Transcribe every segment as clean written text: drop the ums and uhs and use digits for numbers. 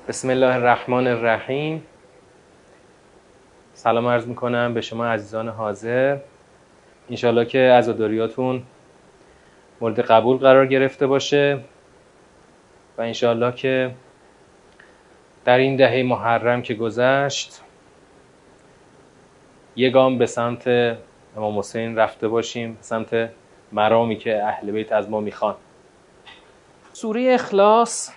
بسم الله الرحمن الرحیم. سلام عرض میکنم به شما عزیزان حاضر. انشالله که عزاداریاتون مورد قبول قرار گرفته باشه و انشالله که در این دهه محرم که گذشت یه گام به سمت امام حسین رفته باشیم، به سمت مرامی که اهل بیت از ما میخوان. سوره اخلاص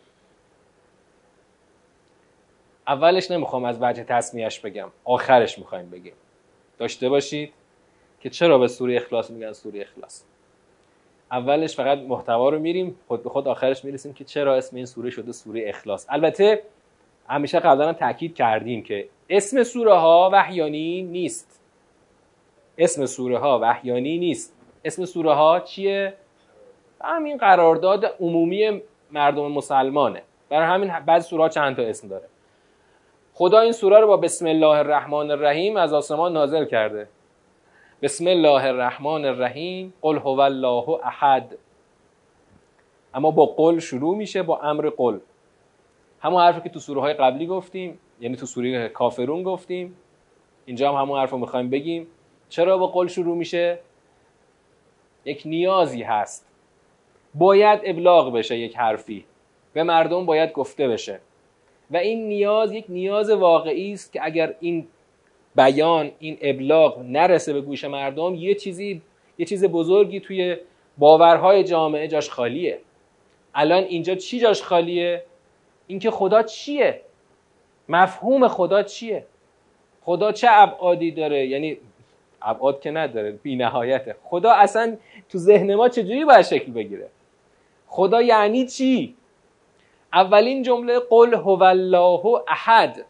اولش نمیخوام از وجه تسمیهش بگم، آخرش میخوایم بگیم. داشته باشید که چرا به سوره اخلاص میگن سوره اخلاص. اولش فقط محتوا رو میریم، خود به خود آخرش میرسیم که چرا اسم این سوره شده سوره اخلاص. البته همیشه قبلا هم تاکید کردیم که اسم سوره ها وحیانی نیست. اسم سوره ها وحیانی نیست. اسم سوره ها چیه؟ همین قرارداد عمومی مردم مسلمانه. برای همین بعضی سوره ها چند تا اسم داره. خدا این سوره رو با بسم الله الرحمن الرحیم از آسمان نازل کرده. بسم الله الرحمن الرحیم قل هو الله احد. اما با قل شروع میشه، با امر قل. همون حرفی که تو سوره های قبلی گفتیم، یعنی تو سوره کافرون گفتیم، اینجا هم همون حرف رو میخوایم بگیم. چرا با قل شروع میشه؟ یک نیازی هست، باید ابلاغ بشه، یک حرفی به مردم باید گفته بشه و این نیاز یک نیاز واقعی است که اگر این بیان، این ابلاغ نرسه به گوش مردم، یه چیز بزرگی توی باورهای جامعه جاش خالیه. الان اینجا چی جاش خالیه؟ اینکه خدا چیه؟ مفهوم خدا چیه؟ خدا چه ابعادی داره؟ یعنی ابعاد که نداره، بی نهایته. خدا اصلا تو ذهن ما چجوری باید شکل بگیره؟ خدا یعنی چی؟ اولین جمله قل هو الله احد.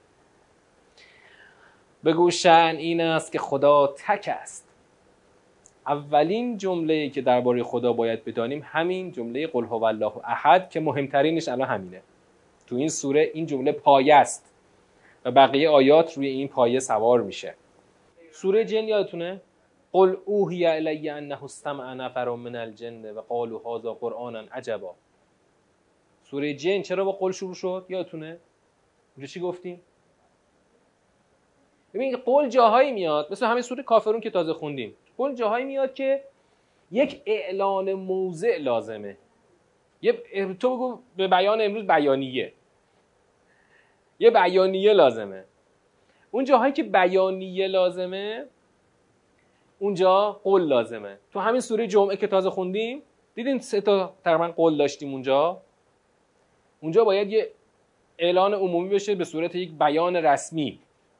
بگو شأن این است که خدا تک است. اولین جمله‌ای که درباره خدا باید بدانیم همین جمله قل هو الله احد که مهمترینش الان همینه. تو این سوره این جمله پایه است و بقیه آیات روی این پایه سوار میشه. سوره جن یادتونه؟ قل اوحی الی انه استمع نفر من الجن و قالوا هذا قرآن عجبا. سوره جن چرا با قل شروع شد؟ یادتونه؟ اونجا چی گفتیم؟ ببین قول جاهایی میاد، مثل همین سوره کافرون که تازه خوندیم، قول جاهایی میاد که یک اعلان موضع لازمه. تو بگو به بیان امروز بیانیه، یه بیانیه لازمه. اون جاهایی که بیانیه لازمه اونجا قول لازمه. تو همین سوره جمعه که تازه خوندیم دیدین 3 تا تقریبا قول داشتیم. اونجا باید یه اعلان عمومی بشه به صورت یک بیان رسمی.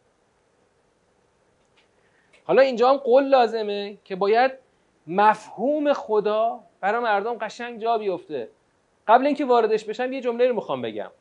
حالا اینجا هم قول لازمه که باید مفهوم خدا برای مردم قشنگ جا بیفته. قبل اینکه واردش بشم یه جمله رو میخوام بگم.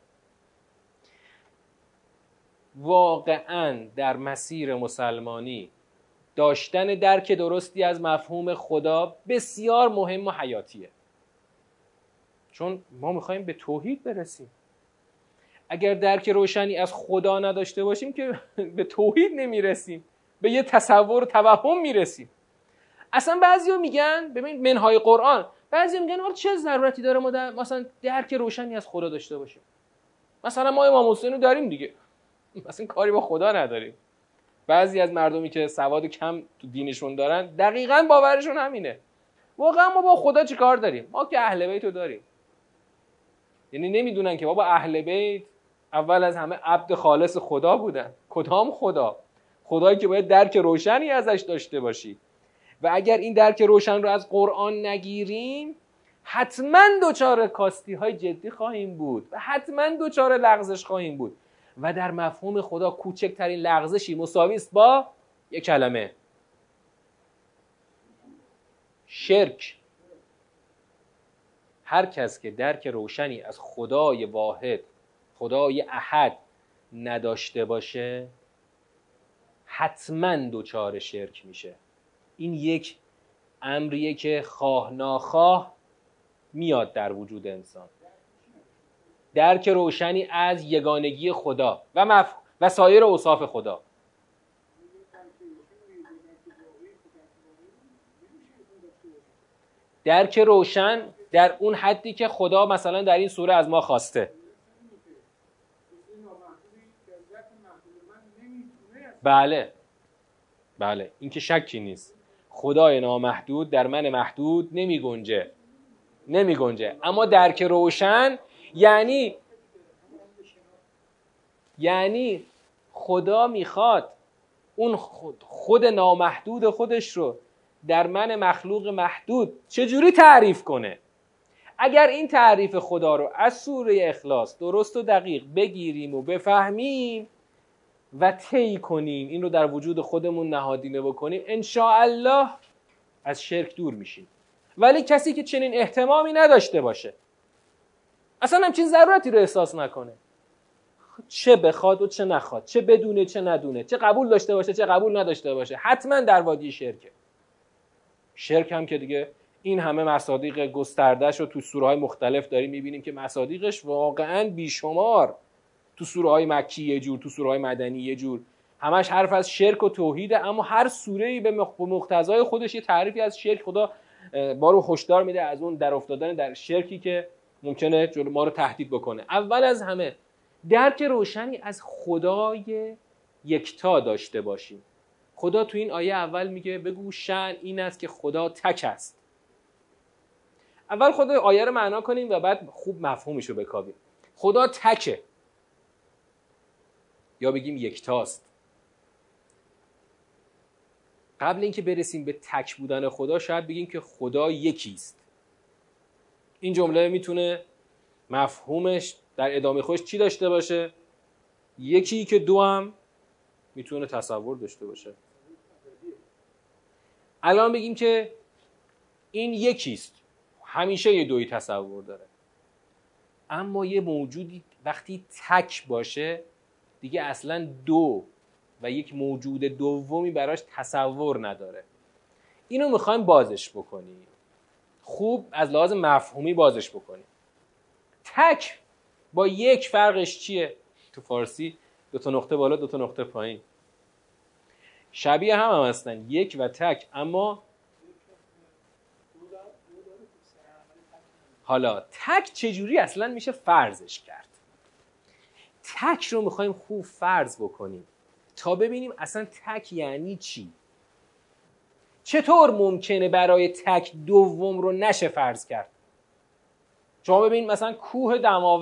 واقعاً در مسیر مسلمانی داشتن درک درستی از مفهوم خدا بسیار مهم و حیاتیه. چون ما میخوایم به توحید برسیم. اگر درک روشنی از خدا نداشته باشیم که به توحید نمیرسیم، به یه تصور و توهم میرسیم. اصلا بعضیا میگن، ببین منهای قرآن، بعضیا میگن حالا چه ضرورتی داره ما مثلا درک روشنی از خدا داشته باشیم؟ مثلا ما امام حسین رو داریم دیگه، مثلا کاری با خدا نداریم. بعضی از مردمی که سواد کم تو دینشون دارن دقیقاً باورشون همینه. واقعا ما با خدا چی کار داریم؟ ما که اهل بیت رو داریم. یعنی نمیدونن که بابا اهل بیت اول از همه عبد خالص خدا بودن. کدام خدا؟ خدایی که باید درک روشنی ازش داشته باشی. و اگر این درک روشن رو از قرآن نگیریم حتما دچار کاستی های جدی خواهیم بود و حتما دچار لغزش خواهیم بود. و در مفهوم خدا کوچکترین لغزشی مساوی است با یک کلمه: شرک. هر کس که درک روشنی از خدای واحد، خدای احد نداشته باشه حتما دچار شرک میشه. این یک امریه که خواه ناخواه میاد در وجود انسان. درک روشنی از یگانگی خدا و سایر اوصاف خدا. درک روشن در اون حدی که خدا مثلا در این سوره از ما خواسته. بله بله، این که شکی نیست. خدای نامحدود در من محدود نمی گنجه. اما درک روشن یعنی خدا میخواد اون خود نامحدود خودش رو در من مخلوق محدود چجوری تعریف کنه. اگر این تعریف خدا رو از سوره اخلاص درست و دقیق بگیریم و بفهمیم و طی کنیم، این رو در وجود خودمون نهادینه بکنیم، انشاءالله از شرک دور میشیم. ولی کسی که چنین اهتمامی نداشته باشه، اصلا همچین ضرورتی رو احساس نکنه، چه بخواد و چه نخواد، چه بدونه چه ندونه، چه قبول داشته باشه چه قبول نداشته باشه، حتما در وادی شرکه. شرک هم که دیگه این همه مصادیق گسترده‌اش رو تو سوره‌های مختلف داریم می‌بینیم که مصادیقش واقعاً بیشمار، تو سوره‌های مکی یه جور، تو سوره‌های مدنی یه جور، همش حرف از شرک و توحیده. اما هر سوره‌ای به مقتضای خودش یه تعریفی از شرک خدا ما رو هشدار میده از اون در افتادن در شرکی که ممکنه جلو ما رو تهدید بکنه. اول از همه درک روشنی از خدای یکتا داشته باشیم. خدا تو این آیه اول میگه بگو شأن این است که خدا تک است. اول خود آیه رو معنا کنیم و بعد خوب مفهومش رو بکاویم. خدا تکه یا بگیم یکتاست. قبل اینکه برسیم به تک بودن خدا شاید بگیم که خدا یکیست. این جمله میتونه مفهومش در ادامه خودش چی داشته باشه؟ یکی که دو هم میتونه تصور داشته باشه. الان بگیم که این یکیست، همیشه یه دویی تصور داره. اما یه موجودی وقتی تک باشه دیگه اصلا دو و یک موجود دومی براش تصور نداره. اینو میخوایم بازش بکنیم، خوب از لحاظ مفهومی بازش بکنیم. تک با یک فرقش چیه؟ تو فارسی 2 نقطه بالا 2 نقطه پایین، شبیه هم هستن، یک و تک. اما حالا تک چجوری اصلا میشه فرضش کرد؟ تک رو میخوایم خوب فرض بکنیم تا ببینیم اصلا تک یعنی چی. چطور ممکنه برای تک دوم رو نشه فرض کرد؟ شما ببینید مثلا کوه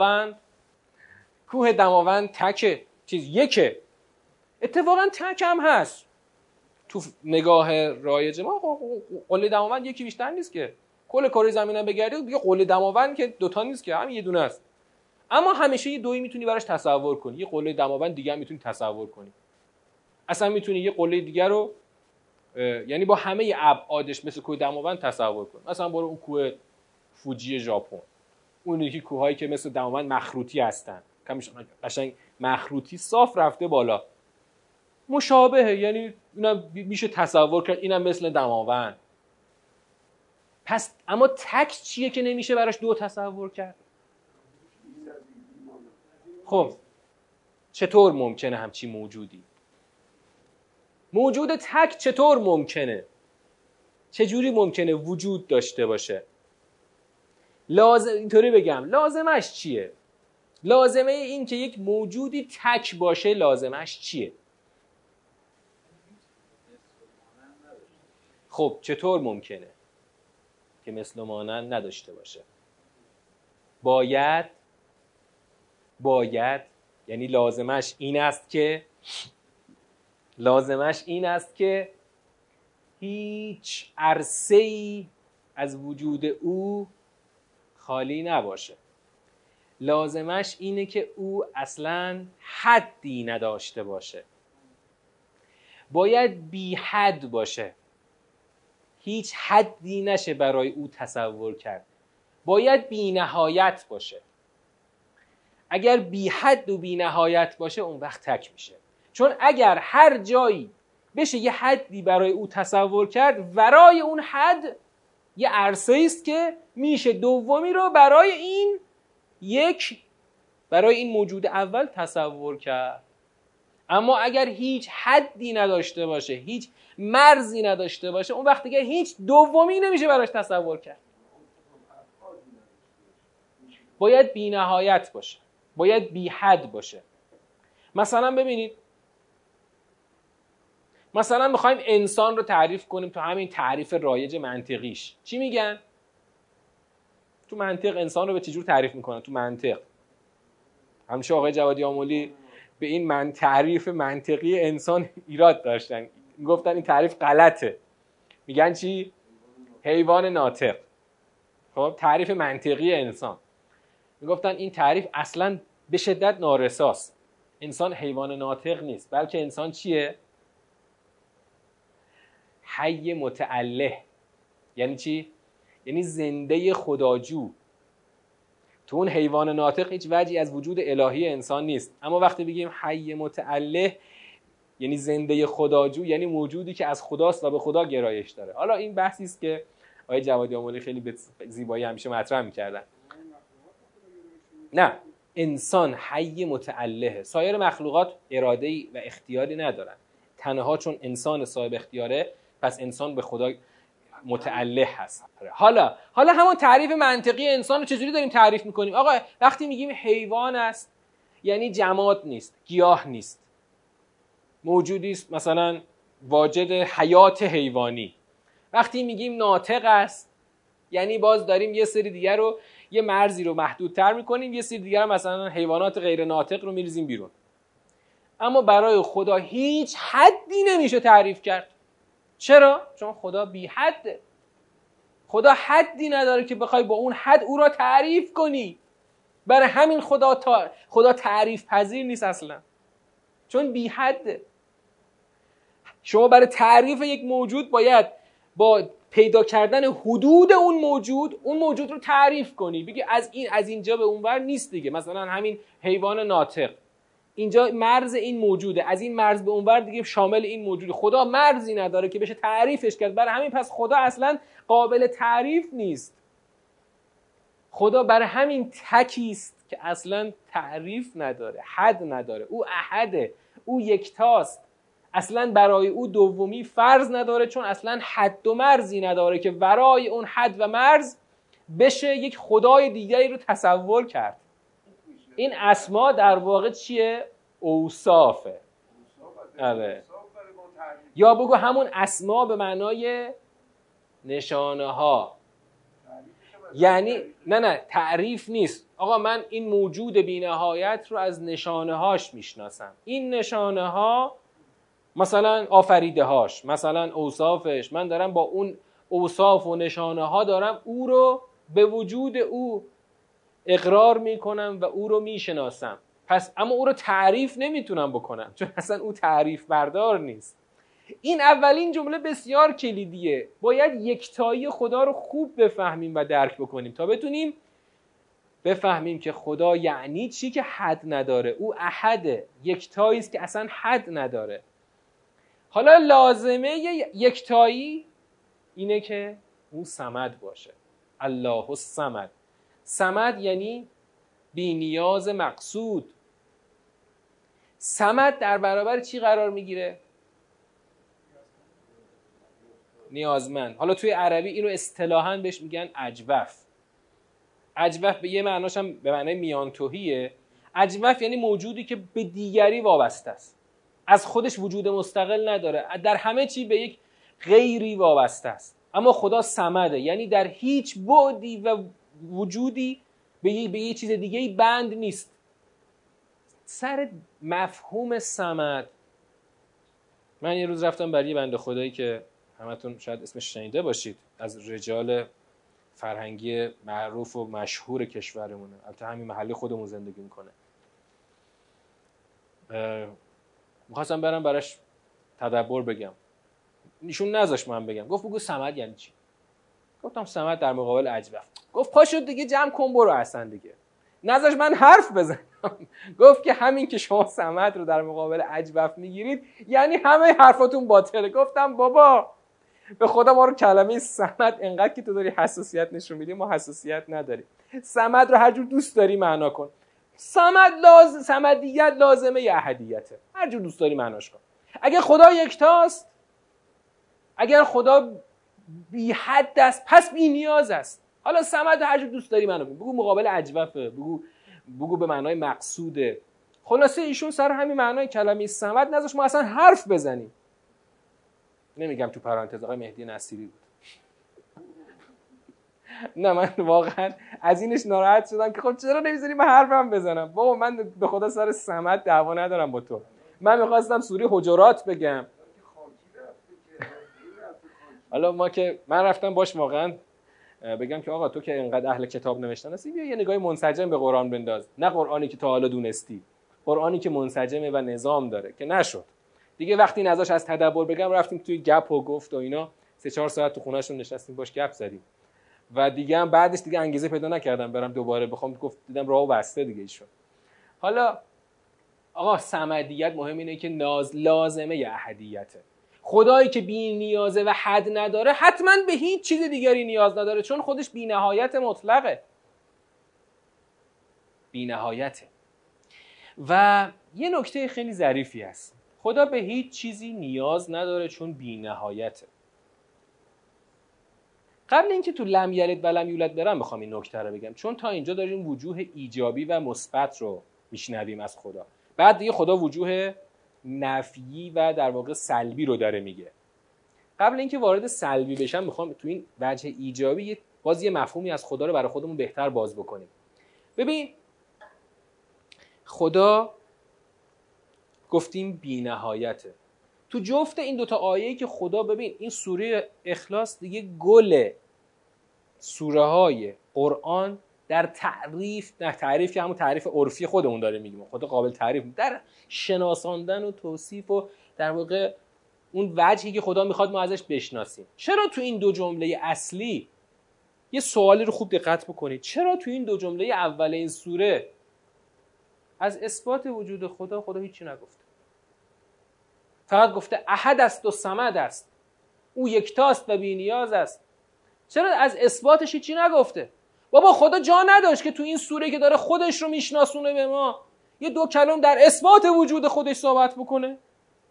دماوند تکه، یکه، اتفاقا تک هم هست تو نگاه رایج ما. قله دماوند یکی بیشتر نیست که، کل کره زمین هم بگردید دیگه قله دماوند که دوتا نیست که، هم یه دونه است. اما همیشه یه دویی میتونی براش تصور کنی، یه قله دماوند دیگه هم میتونی تصور کنی. اصلا میتونی یه قله دیگه رو یعنی با همه ابعادش مثل کوه دماوند تصور کن. مثلا برو اون کوه فوجی ژاپن، اون یکی کوهایی که مثل دماوند مخروطی هستن، قشنگ مخروطی صاف رفته بالا، مشابهه، یعنی اینا میشه تصور کرد اینم مثل دماوند. پس اما تک چیه که نمیشه براش دو تصور کرد؟ خب چطور ممکنه همچی موجودی؟ موجود تک چطور ممکنه؟ چجوری ممکنه وجود داشته باشه؟ اینطوری بگم لازمش چیه؟ لازمه این که یک موجودی تک باشه لازمش چیه؟ خب چطور ممکنه که مثل و مانند نداشته باشه؟ باید یعنی لازمش این است که هیچ عرصه‌ای از وجود او خالی نباشه. لازمش اینه که او اصلاً حدی نداشته باشه. باید بی حد باشه، هیچ حدی نشه برای او تصور کرد. باید بی نهایت باشه. اگر بی حد و بی نهایت باشه اون وقت تک میشه. چون اگر هر جایی بشه یه حدی برای او تصور کرد، ورای اون حد یه عرصه است که میشه دومی رو برای این موجود اول تصور کرد. اما اگر هیچ حدی نداشته باشه، هیچ مرزی نداشته باشه، اون وقت دیگه هیچ دومی نمیشه براش تصور کرد. باید بی نهایت باشه، باید بی حد باشه. مثلا ببینید، مثلا میخوایم انسان رو تعریف کنیم تو همین تعریف رایج منطقیش. چی میگن؟ تو منطق انسان رو به چجور تعریف میکنن؟ تو منطق همیشه آقای جوادی آملی به این تعریف منطقی انسان ایراد داشتن، گفتن این تعریف غلطه. میگن چی؟ حیوان ناطق. خب تعریف منطقی انسان، میگفتن این تعریف اصلا به شدت نارساست. انسان حیوان ناطق نیست، بلکه انسان چیه؟ حی متعله. یعنی چی؟ یعنی زنده خداجو. تو اون حیوان ناطق هیچ وجهی از وجود الهی انسان نیست، اما وقتی بگیم حی متعله یعنی زنده خداجو، یعنی موجودی که از خداست و به خدا گرایش داره. حالا این بحثی است که آقای جوادی آملی خیلی به زیبایی همیشه مطرح می‌کردن. نه، انسان حی متعله، سایر مخلوقات اراده‌ای و اختیاری ندارن، تنها چون انسان صاحب اختیاره پس انسان به خدا متعله هست. حالا همون تعریف منطقی انسان رو چجوری داریم تعریف میکنیم؟ آقا وقتی میگیم حیوان است یعنی جماد نیست، گیاه نیست، موجودی است مثلا واجد حیات حیوانی. وقتی میگیم ناطق است یعنی باز داریم یه سری دیگر رو، یه مرزی رو محدودتر میکنیم، یه سری دیگر مثلا حیوانات غیر ناطق رو میریزیم بیرون. اما برای خدا هیچ حدی نمیشه تعریف کرد. چرا؟ چون خدا بی حده. خدا حدی نداره که بخوای با اون حد او را تعریف کنی. برای همین خدا تعریف پذیر نیست اصلا، چون بی حده. شما برای تعریف یک موجود باید با پیدا کردن حدود اون موجود رو تعریف کنی، بگی از اینجا به اونور نیست دیگه. مثلا همین حیوان ناطق، اینجا مرز این موجوده، از این مرز به اونور دیگه شامل این موجوده. خدا مرزی نداره که بشه تعریفش کرد، برای همین پس خدا اصلا قابل تعریف نیست. خدا برای همین تکی است که اصلا تعریف نداره، حد نداره. او احده، او یکتاست، اصلا برای او دومی فرض نداره، چون اصلا حد و مرزی نداره که ورای اون حد و مرز بشه یک خدای دیگری رو تصور کرد. این اسما در واقع چیه؟ اوصافه. آره. یا بگو همون اسما به معنای نشانه ها. یعنی نه تعریف نیست. آقا من این موجود بی نهایت رو از نشانه هاش میشناسم. این نشانه ها مثلا آفریده هاش، مثلا اوصافش، من دارم با اون اوصاف و نشانه ها دارم او رو به وجود او اقرار میکنم و او رو میشناسم. پس اما او رو تعریف نمیتونم بکنم، چون اصلا او تعریف بردار نیست. این اولین جمله بسیار کلیدیه. باید یکتایی خدا رو خوب بفهمیم و درک بکنیم تا بتونیم بفهمیم که خدا یعنی چی که حد نداره. او احده، یکتایی است که اصلا حد نداره. حالا لازمه یکتایی اینه که او صمد باشه. الله الصمد. صمد یعنی بی نیاز مقصود. صمد در برابر چی قرار میگیره؟ نیازمند. حالا توی عربی اینو اصطلاحاً بهش میگن اجوف. اجوف به یه معناش هم به معنای میانتوهیه. اجوف یعنی موجودی که به دیگری وابسته است، از خودش وجود مستقل نداره، در همه چی به یک غیری وابسته است. اما خدا صمده، یعنی در هیچ بعدی و وجودی به یه چیز دیگه‌ای بند نیست. سر مفهوم صمد، من یه روز رفتم برای بنده خدایی که همتون شاید اسمش شنیده باشید، از رجال فرهنگی معروف و مشهور کشورمونه، البته همین محله خودمون زندگی میکنه. میخواستم برم براش تدبر بگم، ایشون نذاشت من بگم. گفت بگو صمد یعنی چی؟ گفتم صمد در مقابل اجوف. گفت پاشو دیگه جمع کن برو اصلا دیگه. نذاشت من حرف بزنم. گفت که همین که شما صمد رو در مقابل اجوف میگیرید یعنی همه حرفاتون باطله. گفتم بابا به خدا ما رو کلمه صمد انقدر که تو داری حساسیت نشون میدی، ما حساسیت نداریم. صمد رو هر جور دوست داری معنا کن. صمدیت لازمه ی احدیته، هر جور دوست داری معناش کن. اگر خدا یکتاست، اگر خدا بی حد است، پس بی نیاز است. حالا صمد هر جور دوست داری معنا کن. بگو مقابل اجوفه، بگو به معنای مقصوده. خلاصه ایشون سر همین معنای کلمه صمد نذاشت ما اصلا حرف بزنیم. نمیگم تو پرانتز آقای مهدی نصیری بود. نه من واقعا از اینش ناراحت شدم که خب چرا نمیذاری من حرفم بزنم؟ بابا من به خدا سر صمد دعوا ندارم با تو. من میخواستم سوره حجرات بگم. حالا من رفتم باش واقعا بگم که آقا تو که اینقدر اهل کتاب نوشتن هستی بیا یه نگاه منسجم به قرآن بنداز، نه قرآنی که تا حالا دونستی، قرآنی که منسجمه و نظام داره. که نشد دیگه. وقتی نذاش از تدبر بگم رفتیم توی گپ و گفت و اینا 3-4 ساعت تو خونه‌شون نشستیم باش گپ زدیم و دیگه هم بعدش دیگه انگیزه پیدا نکردم برم دوباره بخوام. گفت دیدم راهو بسته دیگه ایشون. حالا آقا صمدیت مهم اینه که لازمه احدیته. خدایی که بی نیازه و حد نداره حتما به هیچ چیز دیگری نیاز نداره، چون خودش بی نهایت مطلقه، بی نهایته. و یه نکته خیلی ظریفی هست، خدا به هیچ چیزی نیاز نداره چون بی نهایته. قبل اینکه تو لم یلد و لم یولد برم میخوام این نکته رو بگم، چون تا اینجا داریم وجوه ایجابی و مثبت رو میشنویم از خدا، بعد دیگه خدا وجوه نفیی و در واقع سلبی رو داره میگه. قبل اینکه وارد سلبی بشم میخوام تو این وجه ایجابی باز یه مفهومی از خدا رو برای خودمون بهتر باز بکنیم. ببین خدا گفتیم بی نهایته. تو جفت این دوتا آیه‌ای که خدا، ببین این سوره اخلاص دیگه گل سوره های قرآن در تعریف، نه تعریف که همون تعریف عرفی خودمون داره میگیم، خدا قابل تعریف در شناساندن و توصیف و در واقع اون وجهی که خدا میخواد ما ازش بشناسیم. چرا تو این دو جمله اصلی یه سوالی رو خوب دقت بکنید، چرا تو این دو جمله اول این سوره از اثبات وجود خدا هیچی نگفته؟ فقط گفته احد است و صمد است، او یکتاست و بی نیاز است. چرا از اثباتش هیچی نگفته؟ بابا خدا جا نداشت که تو این سوره که داره خودش رو میشناسونه به ما یه دو کلم در اثبات وجود خودش صحبت بکنه؟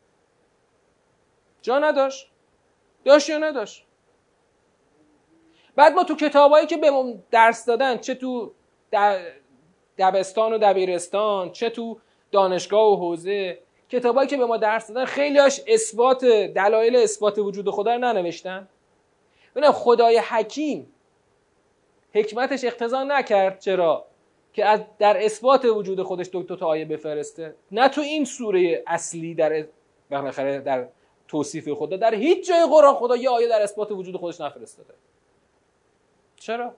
جا نداشت؟ داشت یا نداشت؟ بعد ما تو کتابایی که به ما درس دادن، چه تو دبستان و دبیرستان، چه تو دانشگاه و حوزه، کتابایی که به ما درس دادن خیلیاش دلایل اثبات وجود خدا رو ننوشتن. ببینم خدای حکیم حکمتش اقتضا نکرد چرا که در اثبات وجود خودش دو تا آیه بفرسته؟ نه تو این سوره اصلی در توصیف خدا، در هیچ جای قرآن خدا یه آیه در اثبات وجود خودش نفرستاده. چرا؟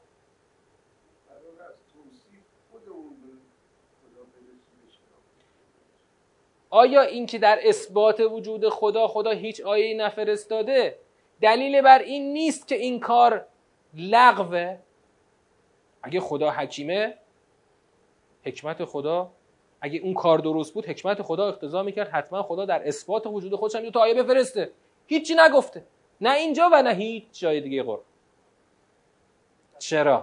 آیا این که در اثبات وجود خدا هیچ آیه‌ای نفرستاده دلیل بر این نیست که این کار لغوه؟ اگه خدا حکیمه، حکمت خدا، اگه اون کار درست بود، حکمت خدا اقتضا میکرد حتما خدا در اثبات وجود خودش هم دو تا آیه بفرسته. هیچی نگفته، نه اینجا و نه هیچ جای دیگه قرآن. چرا؟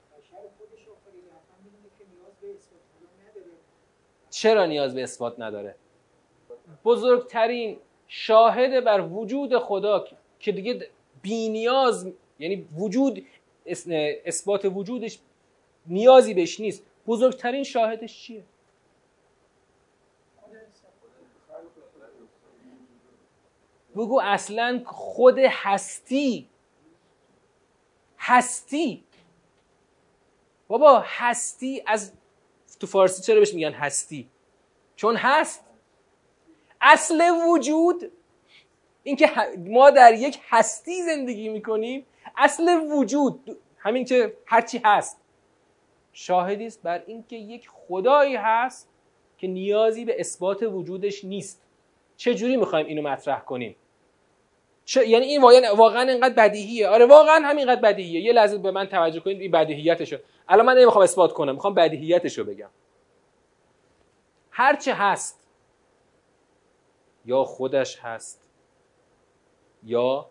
چرا نیاز به اثبات نداره؟ بزرگترین شاهد بر وجود خدا که دیگه بی نیاز، یعنی وجود اثبات وجودش نیازی بهش نیست، بزرگترین شاهدش چیه؟ بگو اصلا خود هستی. بابا هستی تو فارسی چرا بهش میگن هستی؟ چون هست. اصل وجود این که ما در یک هستی زندگی میکنیم، اصل وجود همین که هرچی هست شاهدی است بر این که یک خدایی هست که نیازی به اثبات وجودش نیست. چه جوری میخوایم اینو مطرح کنیم؟ یعنی این واقعا اینقدر بدیهیه؟ آره واقعا همینقدر بدیهیه. یه لحظه به من توجه کنید، این بدیهیتشو الان من نمیخوام اثبات کنم، میخوام بدیهیتشو بگم. هرچه هست یا خودش هست یا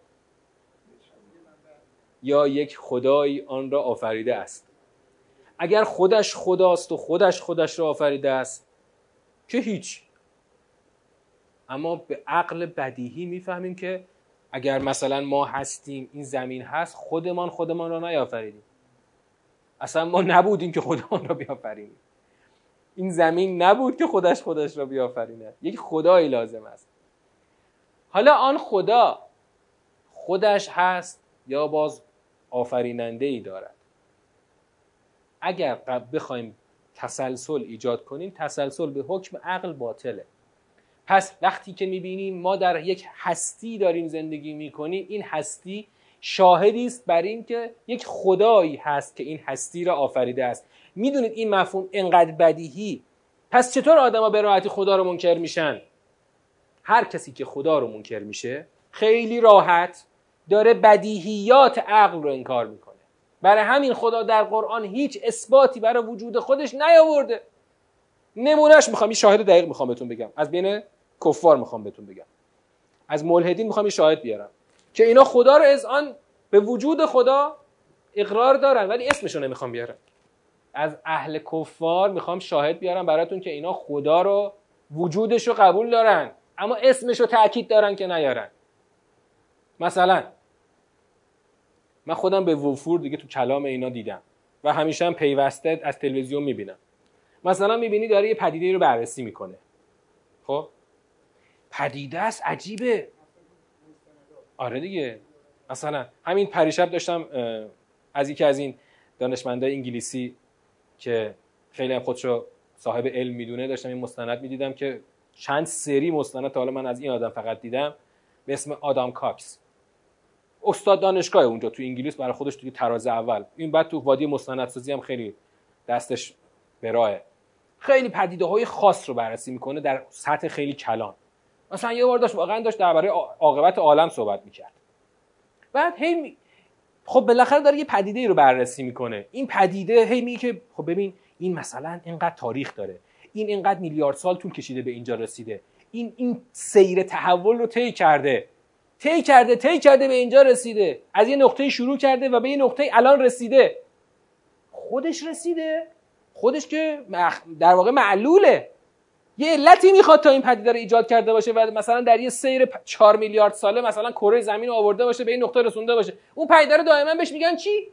یک خدایی آن را آفریده است. اگر خودش خداست و خودش را آفریده است که هیچ. اما به عقل بدیهی میفهمیم که اگر مثلا ما هستیم، این زمین هست، خودمان را نیافریدیم. اصلا ما نبودیم که خودمان را بیافرینیم. این زمین نبود که خودش را بیافرینه. یک خدایی لازم است. حالا آن خدا خودش هست یا باز آفریننده ای دارد؟ اگر بخوایم تسلسل ایجاد کنیم، تسلسل به حکم عقل باطله. پس وقتی که میبینیم ما در یک هستی داریم زندگی میکنیم، این هستی شاهدی است بر این که یک خدایی هست که این هستی را آفریده است. میدونید این مفهوم انقدر بدیهی، پس چطور آدما به راحتی خدا رو منکر میشن؟ هر کسی که خدا رو منکر میشه خیلی راحت داره بدیهیات عقل رو انکار میکنه. برای همین خدا در قرآن هیچ اثباتی برای وجود خودش نیاورده. نمونهش میخوام، این شاهد دقیق میخوام بهتون بگم، از بین کفار میخوام بهتون بگم، از ملحدین میخوام این شاهد بیارم که اینا خدا رو اذعان به وجود خدا اقرار دارن ولی اسمشو نمیخوام بیارم. از اهل کفار میخوام شاهد بیارم براتون که اینا خدا رو وجودش رو قبول دارن اما اسمش رو تأکید دارن که نیارن. مثلا من خودم به وفور دیگه تو کلام اینا دیدم و همیشه هم پیوسته از تلویزیون میبینم. مثلا میبینی داره یه پدیده رو بررسی میکنه، خب پدیده است عجیبه، آره دیگه. مثلا همین پریشب داشتم از یکی از این دانشمندای انگلیسی که خیلی هم خودشو صاحب علم میدونه داشتم این مستند میدیدم که چند سری مستند تا حالا من از این آدم فقط دیدم به اسم آدام کاکس، استاد دانشگاه اونجا تو انگلیس، برای خودش توی تراز اول. این بعد تو وادی مستندسازی هم خیلی دستش به راهه، خیلی پدیده‌های خاص رو بررسی میکنه در سطح خیلی کلان. مثلا یه بار داشت درباره عاقبت عالم صحبت میکرد. بعد خب بالاخره داره یه پدیده رو بررسی میکنه. این پدیده میگه که خب ببین این مثلا اینقدر تاریخ داره، این اینقدر میلیارد سال طول کشیده به اینجا رسیده، این سیر تحول رو طی کرده به اینجا رسیده، از یه نقطه شروع کرده و به یه نقطه الان رسیده. خودش رسیده، خودش که در واقع معلوله، یه علتی میخواد تا این پدیده رو ایجاد کرده باشه و مثلا در یه سیر 4 میلیارد ساله مثلا کره زمین رو آورده باشه به این نقطه رسونده باشه. اون پدیده رو دائما بهش میگن چی؟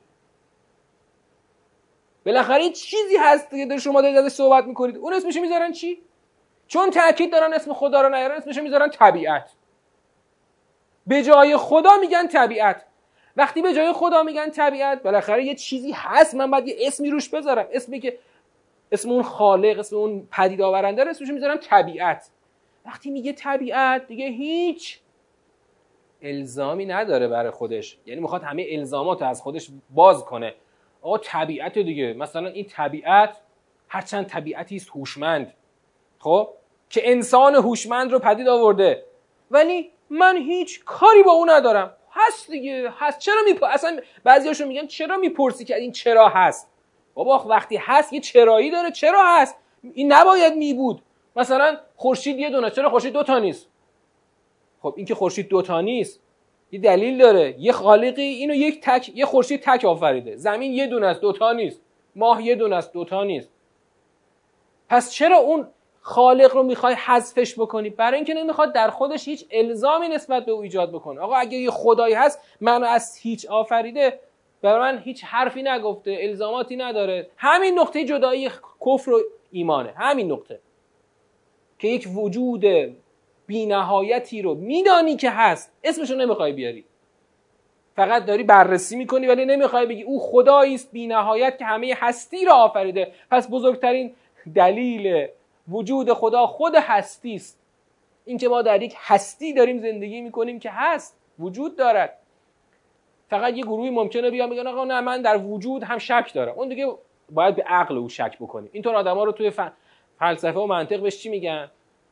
بالاخره چیزی هست که شما دارید ازش صحبت میکنید، اون اسمش میذارن چی؟ چون تاکید دارن اسم خدا رو نیارن اسمش میذارن طبیعت. به جای خدا میگن طبیعت. وقتی به جای خدا میگن طبیعت، بالاخره یه چیزی هست، من باید یه اسمی روش بذارم، اسمی که اسم اون خالق، اسم اون پدید آورنده رو اسمش میذارم طبیعت. وقتی میگه طبیعت دیگه هیچ الزامی نداره برای خودش، یعنی میخواد همه الزامات رو از خودش باز کنه. آقا طبیعت دیگه، مثلا این طبیعت هرچند طبیعتی است هوشمند، خب که انسان هوشمند رو پدید آورده، ولی من هیچ کاری با اون ندارم. هست دیگه، هست. چرا اصلا بعضیاشون میگن چرا میپرسی که این چرا هست؟ بابا وقتی هست یه چرایی داره، چرا هست؟ این نباید میبود. مثلا خورشید یه دونه، چرا خورشید دو تا نیست؟ خب این که خورشید دو تا نیست یه دلیل داره، یه خالقی اینو یه خورشید تک آفریده، زمین یه دونه است دو تا نیست، ماه یه دونه است دو تا نیست. پس چرا اون خالق رو میخوای حذفش بکنی؟ برای اینکه نمیخواد در خودش هیچ الزامی نسبت به او ایجاد بکنه. آقا اگه یه خدایی هست منو از هیچ آفریده، برای من هیچ حرفی نگفته، الزاماتی نداره. همین نقطه جدایی کفر و ایمانه، همین نقطه که یک وجود بی نهایتی رو میدانی که هست، اسمشو نمیخوای بیاری، فقط داری بررسی میکنی ولی نمیخوای بگی او خدایی است بی نهایت که همه هستی رو آفریده. پس بزرگترین دلیل وجود خدا خود هستی است، این که ما در یک هستی داریم زندگی میکنیم که هست، وجود دارد. فقط یه گروهی ممکنه بیان بگن آقا نه من در وجود هم شک دارم، اون دیگه باید به عقل او شک بکنی. اینطور آدما رو توی فلسفه و منطق بهش چی میگن؟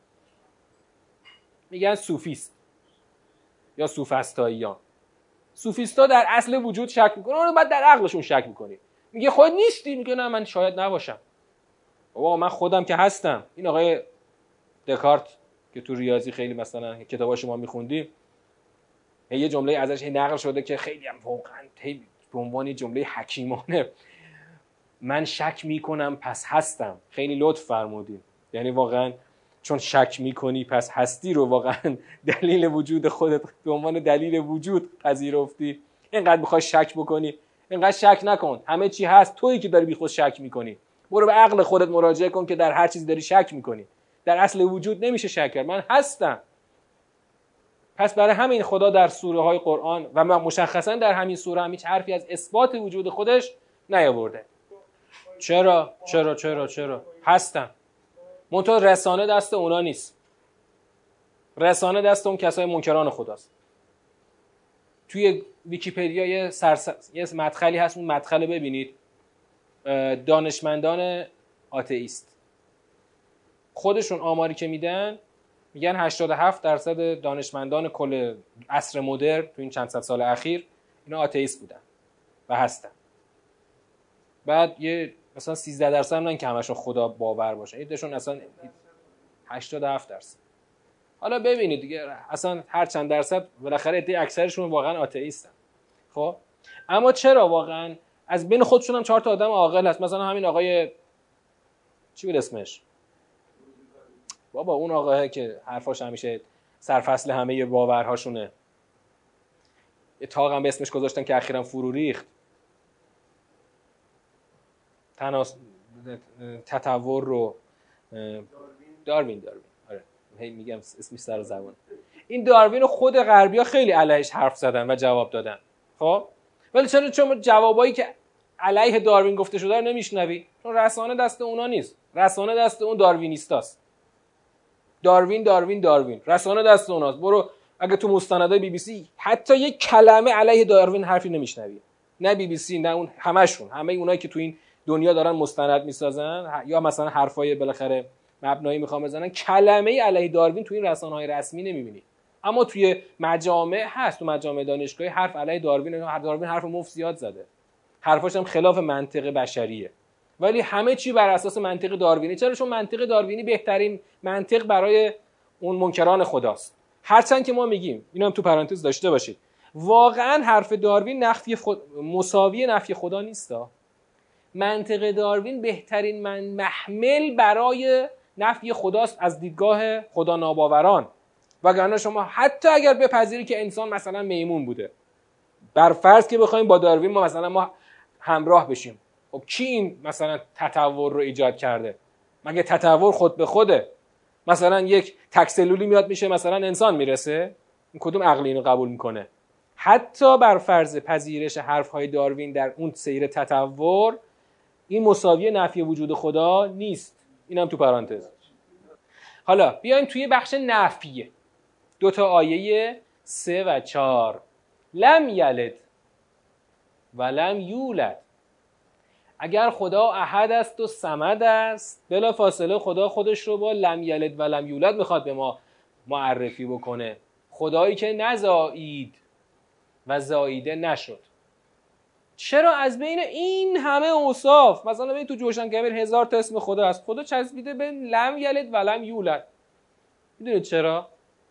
میگن صوفیست یا سوفسطائیان. صوفیستا در اصل وجود شک میکنن، اون رو بعد در عقلشون شک میکنی. میگه خود نیستی، میگه نه من شاید نباشم. بابا من خودم که هستم. این آقای دکارت که تو ریاضی خیلی مثلا کتاباشو ما میخوندیم، یه جمله ازش نقل شده که خیلی هم واقعا به عنوان جمله حکیمانه، من شک میکنم پس هستم. خیلی لطف فرمودین، یعنی واقعا چون شک میکنی پس هستی رو واقعا دلیل وجود خودت به عنوان دلیل وجود پذیرفتی. اینقدر میخوای شک بکنی، اینقدر شک نکن، همه چی هست، تویی که داری بی خود شک میکنی. برو به عقل خودت مراجعه کن که در هر چیزی داری شک میکنی. در اصل وجود نمیشه شک کرد، من هستم. پس برای همین خدا در سوره های قرآن و مشخصا در همین سوره هم هیچ حرفی از اثبات وجود خودش نیاورده. چرا هستم. منتها رسانه دست اونا نیست، رسانه دست اون کسای منکران خداست. توی ویکی‌پدیا یه مدخلی هست، اون مدخل ببینید. دانشمندان آتئیست خودشون آماری که میدن میگن 87% دانشمندان کل عصر مدرن تو این چند صد سال اخیر اینا آتئیست بودن و هستن. بعد یه مثلا 13% هم نه که همشون خدا باور باشن، ایدهشون اصلا 87%. حالا ببینید دیگه اصلا هر چند درصد بالاخره ایده اکثرشون واقعا آتئیستن. خب اما چرا واقعا از بین خودشون هم 4 تا آدم عاقل هست؟ مثلا همین آقای چی بود اسمش؟ بابا اون آقاه که حرفاش همیشه سرفصل همه باورهاشونه، یه تاق هم به اسمش گذاشتن که اخیراً فرو ریخت. تطور رو داروین. آره هی میگم اسمش سر زبان. این داروین رو خود غربی‌ها خیلی علیهش حرف زدن و جواب دادن. خب ولی چون جوابایی که علیه داروین گفته شده رو نمیشنوی؟ چون رسانه دست اونا نیست، رسانه دست اون داروینیستاست. داروین رسانه دست اوناست. برو اگه تو مستندای بی بی سی حتی یک کلمه علیه داروین حرفی نمیشنوی. نه بی بی سی نه اون، همه اونایی که تو این دنیا دارن مستند میسازن یا مثلا حرفای بالاخره مبنایی میخوام بزنن، کلمه علیه داروین تو این رسانه‌های رسمی نمیبینی. اما توی مجامع هست، تو مجامع دانشگاهی حرف علیه داروین حرف مفت زیاد زده. حرفاش هم خلاف منطق بشریه. ولی همه چی بر اساس منطق داروینی. چرا؟ چون منطق داروینی بهترین منطق برای اون منکران خداست. هرچند که ما میگیم، اینو هم تو پرانتز داشته باشید، واقعا حرف داروین مساوی نفی خدا نیستا. منطق داروین بهترین محمل برای نفی خداست از دیدگاه خدا ناباوران. وگرنه شما حتی اگر بپذیری که انسان مثلا میمون بوده، بر فرض که بخوایم با داروین ما همراه بشیم، خب کی این مثلا تطور رو ایجاد کرده؟ مگه تطور خود به خوده؟ مثلا یک تکسلولی میاد میشه مثلا انسان میرسه؟ این کدوم عقلی اینو قبول میکنه؟ حتی بر فرض پذیرش حرفهای داروین در اون سیر تطور، این مساوی نفی وجود خدا نیست. اینم تو پرانتز. حالا بیایم توی بخش نفیه. 2 آیه 3 و 4. لم یلد و لم یولد. اگر خدا احد است و صمد است، بلا فاصله خدا خودش رو با لم یلد و لم یولد میخواد به ما معرفی بکنه. خدایی که نزایید و زاییده نشد. چرا از بین این همه اوصاف، مثلا ببین تو جوشن کبیر 1000 تا اسم خدا هست، خدا چسبیده به لم یلد و لم یولد. میدونید چرا؟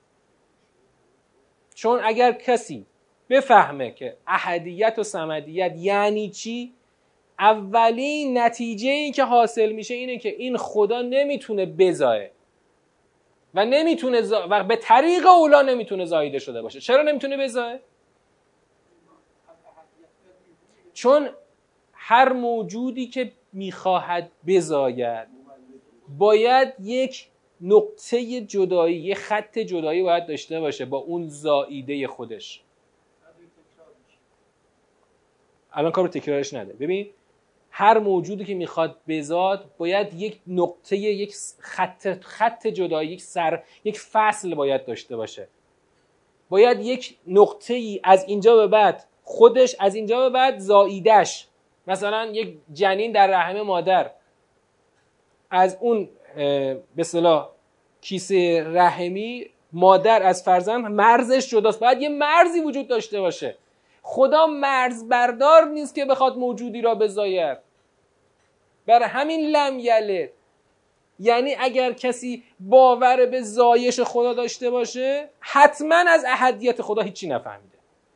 چون اگر کسی بفهمه که احدیت و صمدیت یعنی چی، اولین نتیجه‌ای که حاصل میشه اینه که این خدا نمیتونه بزایه و نمیتونه و به طریق اولا نمیتونه زاییده شده باشه. چرا نمیتونه بزایه؟ چون هر موجودی که میخواهد بزاید باید یک نقطه جدایی، یک خط جدایی باید داشته باشه با اون زاییده خودش. الان کار رو تکرارش نده. ببین هر موجودی که میخواد بزاد باید یک نقطه، یک خط جدایی، یک فصل باید داشته باشه. باید یک نقطه ای از اینجا به بعد خودش، از اینجا به بعد زاییدش. مثلا یک جنین در رحم مادر از اون به اصطلاح کیسه رحمی، مادر از فرزند مرزش جداست. باید یه مرزی وجود داشته باشه. خدا مرز بردار نیست که بخواد موجودی را بزاید. برای همین لم یلد، یعنی اگر کسی باور به زایش خدا داشته باشه حتما از احدیت خدا هیچی نفهمیده.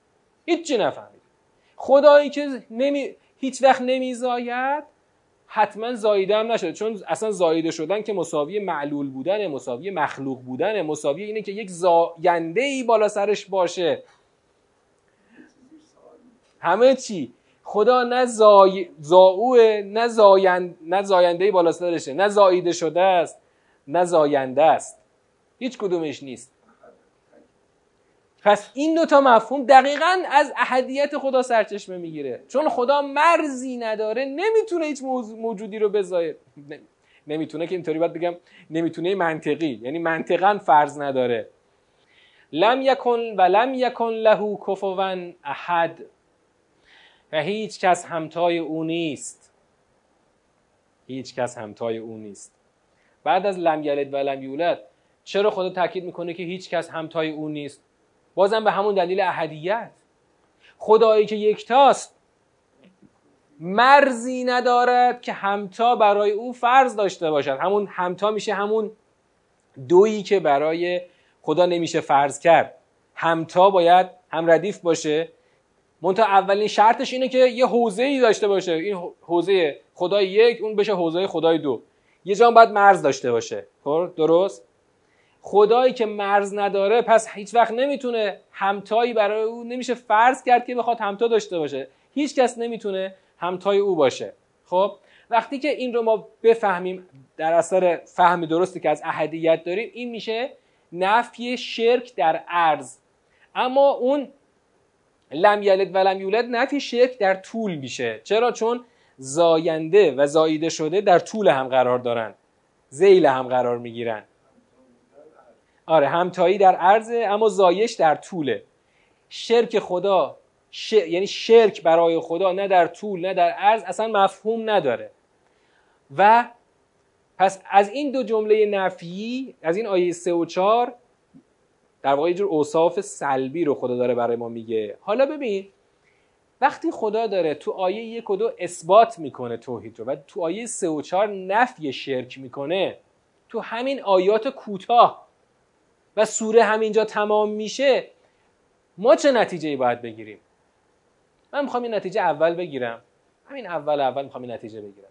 خدایی که هیچ وقت نمیزاید حتما زاییده هم نشده. چون اصلا زاییده شدن که مساوی معلول بودن، مساوی مخلوق بودن، مساوی اینه که یک زاینده‌ای بالا سرش باشه. همه چی خدا نه زائوه، نه زاینده بالا سرشه، نه زاییده شده است، نه زاینده است. هیچ کدومش نیست. پس این دوتا مفهوم دقیقاً از احدیت خدا سرچشمه میگیره. چون خدا مرزی نداره، نمیتونه هیچ موجودی رو بزاید. نمیتونه که اینطوری باید بگم، نمیتونه منطقی، یعنی منطقاً فرض نداره. لم یکن و لم یکن له کفوا احد، و هیچ کس همتای او نیست. هیچ کس همتای او نیست. بعد از لم یلد و لم یولد چرا خدا تاکید میکنه که هیچ کس همتای او نیست؟ بازم به همون دلیل احدیت. خدایی که یکتاست مرزی ندارد که همتا برای او فرض داشته باشد. همون همتا میشه همون دویی که برای خدا نمیشه فرض کرد. همتا باید هم ردیف باشه، منتها اولین شرطش اینه که یه حوزه‌ای داشته باشه. این حوزه خدای یک اون بشه حوزه خدای دو. یه جا باید مرز داشته باشه. درست؟ خدایی که مرز نداره پس هیچ وقت نمیتونه همتایی برای او نمیشه فرض کرد که بخواد همتا داشته باشه. هیچ کس نمیتونه همتای او باشه. خب وقتی که این رو ما بفهمیم در اثر فهم درستی که از احدیت داریم، این میشه نفی شرک در عرض. اما اون لم یلد و لم یولد نفی شرک در طول میشه. چرا؟ چون زاینده و زاییده شده در طول هم قرار دارن، ذیل هم قرار میگیرن. آره، همتایی در عرضه اما زایش در طوله. شرک خدا یعنی شرک برای خدا نه در طول نه در عرض اصلا مفهوم نداره. و پس از این دو جمله نفی، از این آیه 3 و 4 در واقع یه جور اوصاف سلبی رو خدا داره برای ما میگه. حالا ببین وقتی خدا داره تو آیه 1 و 2 اثبات میکنه توحید رو و تو آیه 3 و 4 نفی شرک میکنه، تو همین آیات کوتاه و سوره همینجا تمام میشه، ما چه نتیجه‌ای باید بگیریم؟ من میخوام این نتیجه اول بگیرم. همین اول میخوام این نتیجه بگیرم.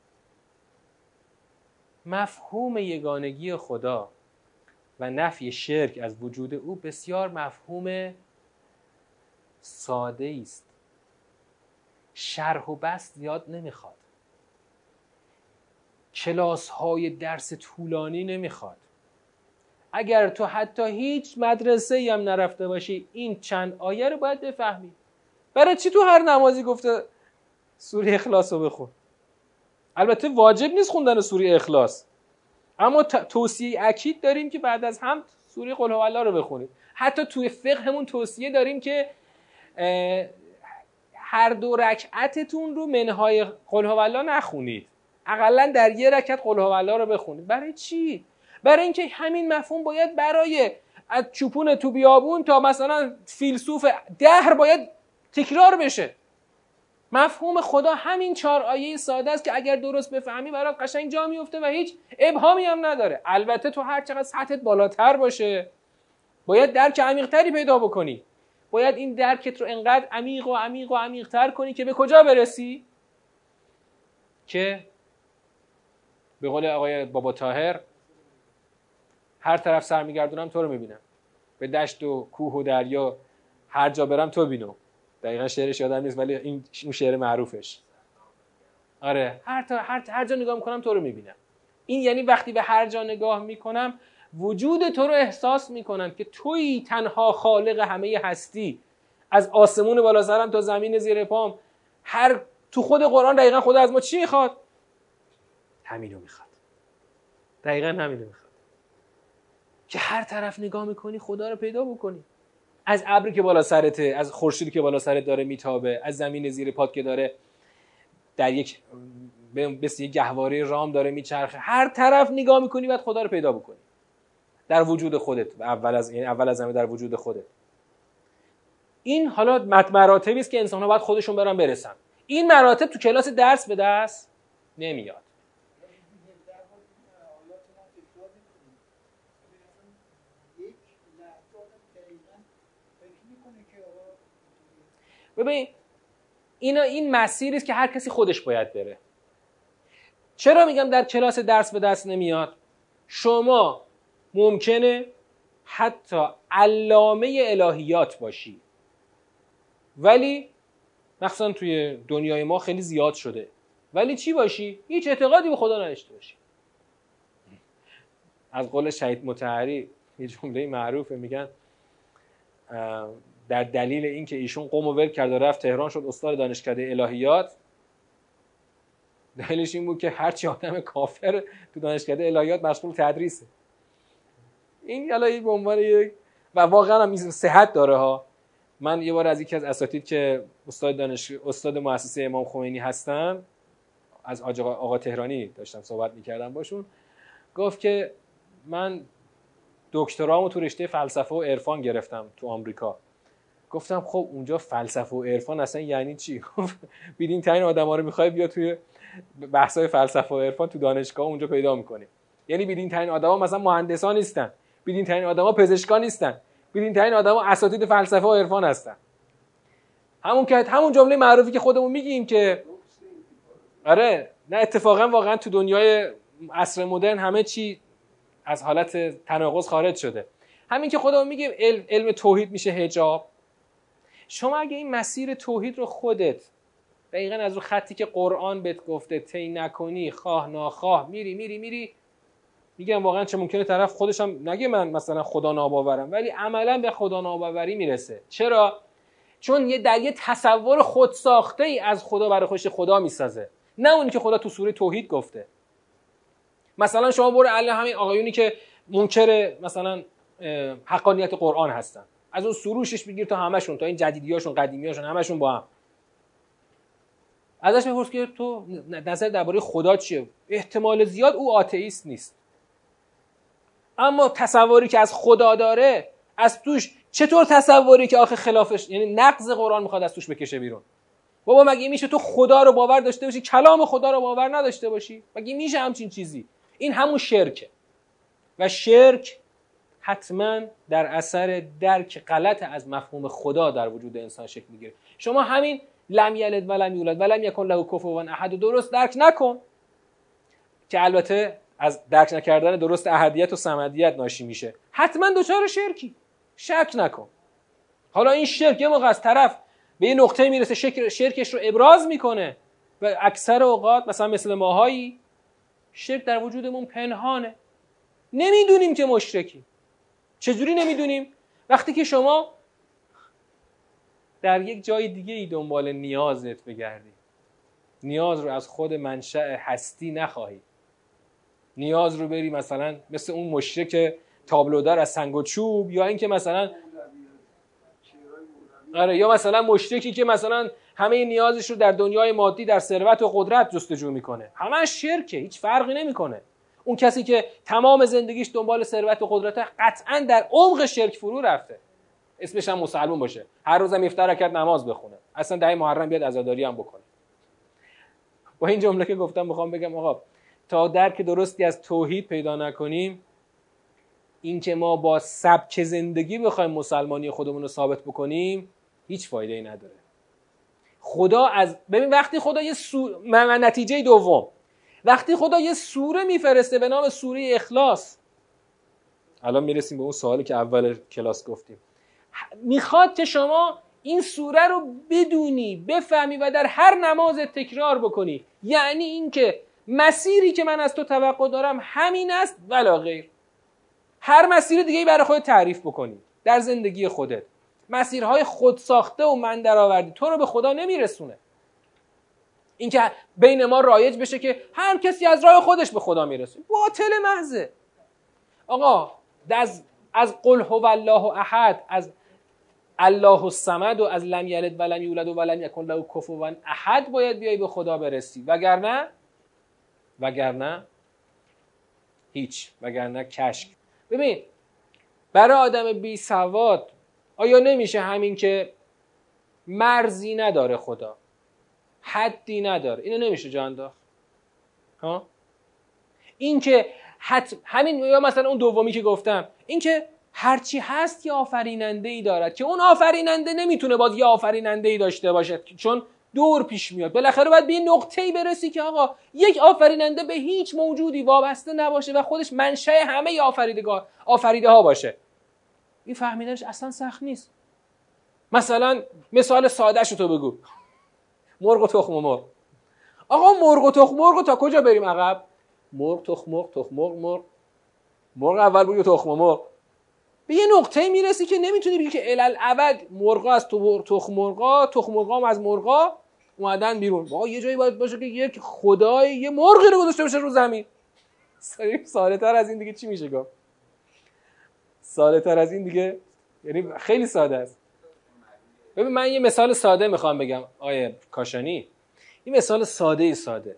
مفهوم یگانگی خدا و نفی شرک از وجود او بسیار مفهوم ساده است. شرح و بسط زیاد نمیخواد. کلاس‌های درس طولانی نمیخواد. اگر تو حتی هیچ مدرسه‌ای هم نرفته باشی این چند آیه رو باید بفهمی. برای چی تو هر نمازی گفته سوره اخلاص رو بخون؟ البته واجب نیست خوندن سوره اخلاص، اما توصیه اکید داریم که بعد از هم سوره قل هو الله رو بخونید. حتی توی فقهمون توصیه داریم که هر دو رکعتتون رو منهای قل هو الله نخونید، اقلا در یه رکعت قل هو الله رو بخونید. برای چی؟ برای اینکه همین مفهوم باید برای از چوپون تو بیابون تا مثلا فیلسوف دهر باید تکرار بشه. مفهوم خدا همین 4 آیه ساده است که اگر درست بفهمی برات قشنگ جا میفته و هیچ ابهامی هم نداره. البته تو هر چقدر سطحت بالاتر باشه باید درک عمیق‌تری پیدا بکنی. باید این درکت رو انقدر عمیق و عمیق و عمیق‌تر کنی که به کجا برسی؟ که به قول آقای بابا طاهر هر طرف سر میگردونم تو رو میبینم، به دشت و کوه و دریا هر جا برم تو بینم. دقیقا شعرش یادم نیست ولی این شعر معروفش. آره، هر جا نگاه میکنم تو رو میبینم. این یعنی وقتی به هر جا نگاه میکنم وجود تو رو احساس میکنم که تویی تنها خالق همه هستی، از آسمون بالا سرم تا زمین زیر پام. تو خود قرآن دقیقا خدا از ما چی میخواد؟ همینو میخواد. دقیقا همینو میخواد که هر طرف نگاه میکنی خدا رو پیدا بکنی. از ابری که بالا سرته، از خورشیدی که بالا سرت داره میتابه، از زمین زیر پات که داره در یک مثل یک گهواره رام داره میچرخه، هر طرف نگاه میکنی باید خدا رو پیدا بکنی در وجود خودت. اول از همه در وجود خودت. این حالا مراتبی است که انسان‌ها باید خودشون برسن. این مراتب تو کلاس درس به دست نمیاد. ببین این مسیری است که هر کسی خودش باید بره. چرا میگم در کلاس درس به دست نمیاد؟ شما ممکنه حتی علامه الهیات باشی ولی مخصوصا توی دنیای ما خیلی زیاد شده. ولی چی باشی؟ هیچ اعتقادی به خدا نداشته باشی. از قول شهید مطهری یه جمله معروفه، میگن در دلیل اینکه ایشون قم و ول کرد و رفت تهران شد استاد دانشکده الهیات، دلیلش این بود که هرچی آدم کافر تو دانشکده الهیات مشغول تدریسه. این حالا به عنوان یک، و واقعا هم صحت داره ها. من یه بار از یکی از اساتید که استاد مؤسسه امام خمینی هستن، از آقا تهرانی داشتم صحبت میکردم باشون، گفت که من دکترامو تو رشته فلسفه و عرفان گرفتم تو آمریکا. گفتم خب اونجا فلسفه و عرفان اصلا یعنی چی؟ گفت بیدین ترین آدما رو میخوای بیا توی بحث‌های فلسفه و عرفان تو دانشگاه اونجا پیدا میکنی. یعنی بیدین ترین آدما مثلا مهندسان نیستن، بیدین ترین آدما پزشکان نیستن، بیدین ترین آدما اساتید فلسفه و عرفان هستن. همون جمله معروفی که خودمون میگیم که آره، نه اتفاقا واقعا تو دنیای عصر مدرن همه چی از حالت تناقض خارج شده. همین که خودمون میگیم علم توحید میشه حجاب. شما اگه این مسیر توحید رو خودت دقیقاً از رو خطی که قرآن بهت گفته طی نکنی، خواه ناخواه میری، میگم واقعا چه ممکنه طرف خودش هم نگه من مثلا خدا ناباورم، ولی عملاً به خدا ناباوری میرسه. چرا؟ چون در یه تصور خودساخته ای از خدا برای خودش خدا میسازه، نه اونی که خدا تو سوره توحید گفته. مثلا شما برو الان همین آقایونی که منکر مثلا حقانیت قرآن هستن، از اون سروشش بگیر تا همشون، تا این جدیدیاشون قدیمیاشون همشون با هم، ازش بپرس که تو نظر درباره خدا چیه؟ احتمال زیاد او آتئیست نیست. اما تصوری که از خدا داره، از توش چطور تصوری که آخه خلافش، یعنی نقض قرآن میخواد از توش بکشه بیرون؟ بابا مگه میشه تو خدا رو باور داشته باشی کلام خدا رو باور نداشته باشی؟ مگه میشه همچین چیزی؟ این همون شرکه. و شرک حتما در اثر درک غلط از مفهوم خدا در وجود انسان شکل میگیره. شما همین لم یلد و لم یولد و لم یکن له کفوا احد درست درک نکن، که البته از درک نکردن درست احدیت و صمدیت ناشی میشه، حتما دچار شرکی، شک نکن. حالا این شرک یه موقع از طرف به یه نقطه میرسه شرکش رو ابراز میکنه و اکثر اوقات مثلا مثل ماهایی شرک در وجودمون پنهانه، نمیدونیم که مشرکی. چجوری نمیدونیم؟ وقتی که شما در یک جای دیگه ای دنبال نیازت بگردی، نیاز رو از خود منشأ هستی نخواهی، نیاز رو بری مثلا مثل اون مشرک تابلودار از سنگ و چوب، یا اینکه مثلا یا مثلا مشرکی که مثلا همه نیازش رو در دنیای مادی در ثروت و قدرت جستجو میکنه، همش شرکه، هیچ فرقی نمیکنه. اون کسی که تمام زندگیش دنبال ثروت و قدرت قطعا در عمق شرک فرو رفته، اسمش هم مسلمان باشه، هر روزم 7 رکعت نماز بخونه، اصلا ده محرم بیاد عزاداری هم بکنه. با این جمله که گفتم میخوام بگم آقا تا درک درستی از توحید پیدا نکنیم، این که ما با سبک زندگی بخوایم مسلمانی خودمون رو ثابت بکنیم هیچ فایده ای نداره. خدا ببین وقتی خدا نتیجه دوم، وقتی خدا یه سوره میفرسته به نام سوره اخلاص، الان میرسیم به اون سوالی که اول کلاس گفتیم، میخواد که شما این سوره رو بدونی، بفهمی و در هر نماز تکرار بکنی. یعنی این که مسیری که من از تو توقع دارم همین است ولا غیر. هر مسیر دیگه‌ای برای خودت تعریف بکنی در زندگی خودت. مسیرهای خودساخته و من درآوردی تو رو به خدا نمیرسونه. این که بین ما رایج بشه که هر کسی از راه خودش به خدا میرسه، باطل محضه. آقا از قل هو الله احد، از الله الصمد و از لم یلد و لم یولد و لم یکن له کفوا احد باید بیای به خدا برسی، وگرنه هیچ، وگرنه کشک. ببین برای آدم بی سواد آیا نمیشه همین که مرزی نداره خدا، حدی نداره، اینو نمیشه جا انداخت؟ ها؟ این که همین، یا مثلا اون دومی که گفتم، این که هرچی هست یه آفریننده ای دارد که اون آفریننده نمیتونه باز یه آفریننده ای داشته باشه، چون دور پیش میاد. بالاخره باید به یه نقطه‌ای برسی که آقا یک آفریننده به هیچ موجودی وابسته نباشه و خودش منشأ همه آفریده ها باشه. این فهمیدنش اصلا سخت نیست. مثلا مثال ساده‌شو تو بگو. مرغ و تخم مرغ. آقا مرغ و تخم مرغ تا کجا بریم عقب؟ مرغ تخم مرغ تخم مرغ مرغ اول بود تخم مرغ. به یه نقطه میرسی که نمیتونی بگی که الالعبد مرغا از تخم مرغا، تخم مرغا هم از مرغا اومدن بیرون. واقعا یه جایی باید باشه که یک خدای یه مرغی رو گذاشته باشه رو زمین. ساده تر از این دیگه چی میشه گفت؟ ساده تر از این دیگه یعنی خیلی ساده است. ببین من یه مثال ساده میخوام بگم آیه کاشانی. این مثال ساده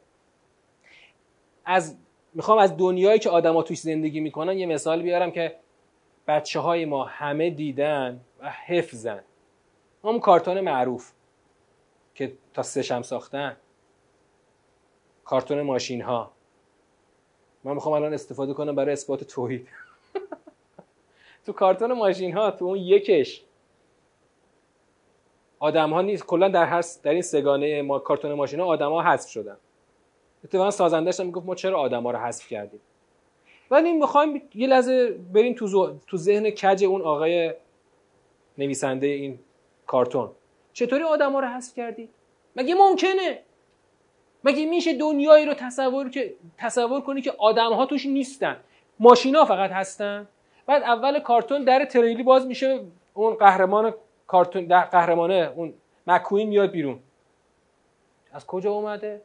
میخوام از دنیایی که آدما توش زندگی میکنن یه مثال بیارم که بچه‌های ما همه دیدن و حفظن. هم کارتون معروف که تا 3 شم ساختن، کارتون ماشین ها. من میخوام الان استفاده کنم برای اثبات توحید. تو کارتون ماشین ها تو اون یکش آدم ها نیست، کلا در این سگانه ما کارتون ماشین ها آدم ها حذف شدن. اتفاقا سازنده‌اش هم میگفت ما چرا آدم ها رو حذف کردیم. ولی میخوایم یه لحظه بریم تو ذهن کج اون آقای نویسنده این کارتون. چطوری آدم ها رو حذف کردی؟ مگه ممکنه؟ مگه میشه دنیایی رو تصور کنی که آدم ها توش نیستن، ماشینا فقط هستن؟ بعد اول کارتون در تریلی باز میشه، اون قهرمان کارتون قهرمانه اون مکوین میاد بیرون. از کجا اومده؟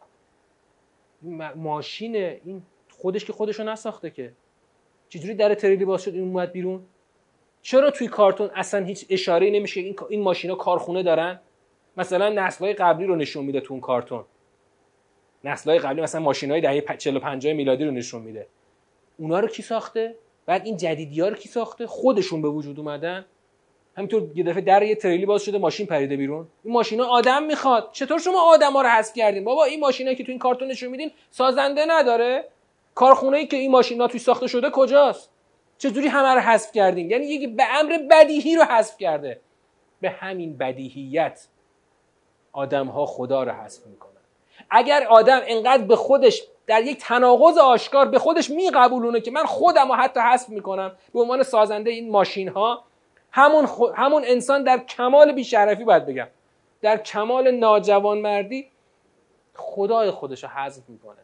ماشینه، این خودش که خودشو نساخته که. چجوری در تریلی باز شد این اومد بیرون؟ چرا توی کارتون اصلا هیچ اشاره‌ای نمیشه این ماشینا کارخونه دارن؟ مثلا نسل‌های قبلی رو نشون میده تو اون کارتون. نسل‌های قبلی مثلا ماشین‌های دهه 40 و 50 میلادی رو نشون میده. اونا رو کی ساخته؟ بعد این جدیدی‌ها رو کی ساخته؟ خودشون به وجود اومدن. همینطور یه دفعه در یه تریلی باز شده ماشین پریده بیرون. این ماشینا آدم میخواد. چطور شما آدما رو حذف کردین؟ بابا این ماشینایی که تو این کارتون نشون میدین سازنده نداره؟ کارخونه‌ای که این ماشینا توش ساخته شده کجاست؟ چجوری همه رو حذف کردین؟ یعنی یک به امر بدیهی رو حذف کرده. به همین بدیهیت آدم‌ها خدا رو حذف میکنن. اگر آدم انقدر به خودش در یک تناقض آشکار به خودش میقبولونه که من خودم رو حتی حذف میکنم به عنوان سازنده این ماشین ها، همون انسان در کمال بی‌شرفی باید بگم، در کمال ناجوانمردی خدای خودش رو حذف میکنه.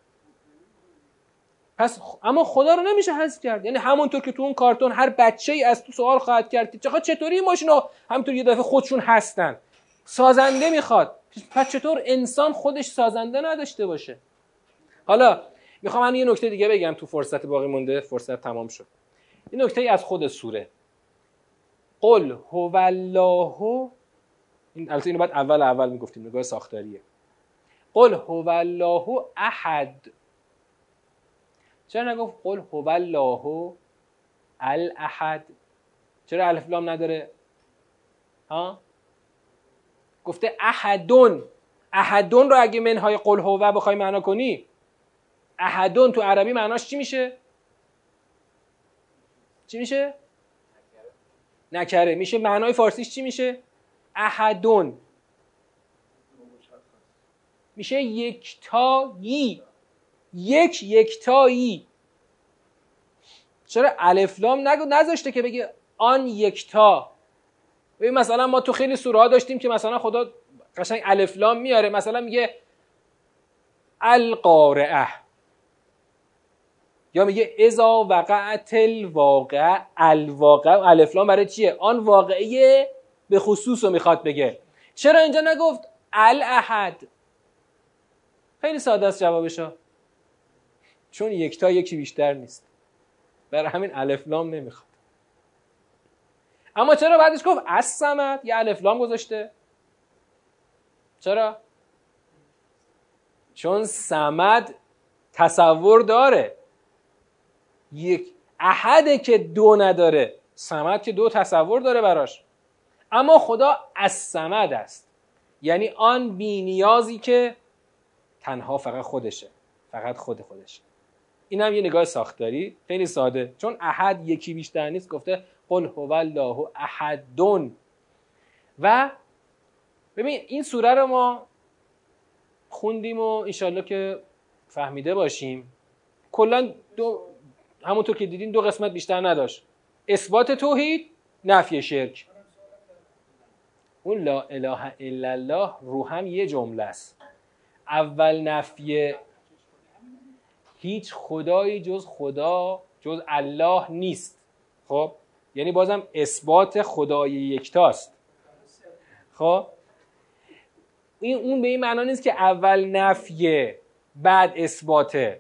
پس اما خدا رو نمیشه حذف کرد. یعنی همونطور که تو اون کارتون هر بچه‌ای از تو سوال خواهد کرد که چطوری این ماشینا همونطور یه دفعه خودشون هستن، سازنده میخواد، پس چطور انسان خودش سازنده نداشته باشه؟ حالا میخوام من یه نکته دیگه بگم تو فرصت باقی مونده، فرصت تمام شد. این نکته ای از خود سوره قل هو الله، این البته اینو بعد اول میگفتیم، نگاه ساختاریه. قل هو الله احد. چرا نگفت قل هو الله الاحد؟ چرا الف لام نداره؟ ها؟ گفته احدون. احدون رو اگه منهای قل هو بخوای معنا کنی، احدون تو عربی معناش چی میشه؟ چی میشه؟ نکره. میشه معنای فارسیش چی میشه؟ احدون. میشه یکتایی. یکتایی. چرا الف لام نذاشته که بگه آن یکتا؟ ببین مثلا ما تو خیلی سوره ها داشتیم که مثلا خدا قشنگ الف لام میاره، مثلا میگه القارعه، یا میگه اذا وقعت الواقعه. الواقعه الف لام برای چیه؟ آن واقعه به خصوص رو میخواد بگه. چرا اینجا نگفت الاحد؟ خیلی ساده است جوابشو، چون یکتا یکی بیشتر نیست، برای همین الف لام نمیخواد. اما چرا بعدش گفت الصمد؟ یه الف لام گذاشته. چرا؟ چون صمد تصور داره. یک احده که دو نداره، صمد که دو تصور داره براش. اما خدا الصمد است، یعنی آن بی نیازی که تنها فقط خودشه، فقط خودشه. این هم یه نگاه ساختاری خیلی ساده، چون احد یکی بیشتر نیست، گفته قل هو الله احدون. و ببین این سوره رو ما خوندیم و انشالله که فهمیده باشیم. کلا همونطور که دیدین 2 قسمت بیشتر نداشت: اثبات توحید، نفی شرک. اون لا اله الا الله رو هم یه جمله است. اول نفی هیچ خدایی جز خدا، جز الله نیست. خب یعنی بازم اثبات خدای یکتاست. خب اون به این معنا نیست که اول نفیه بعد اثباته.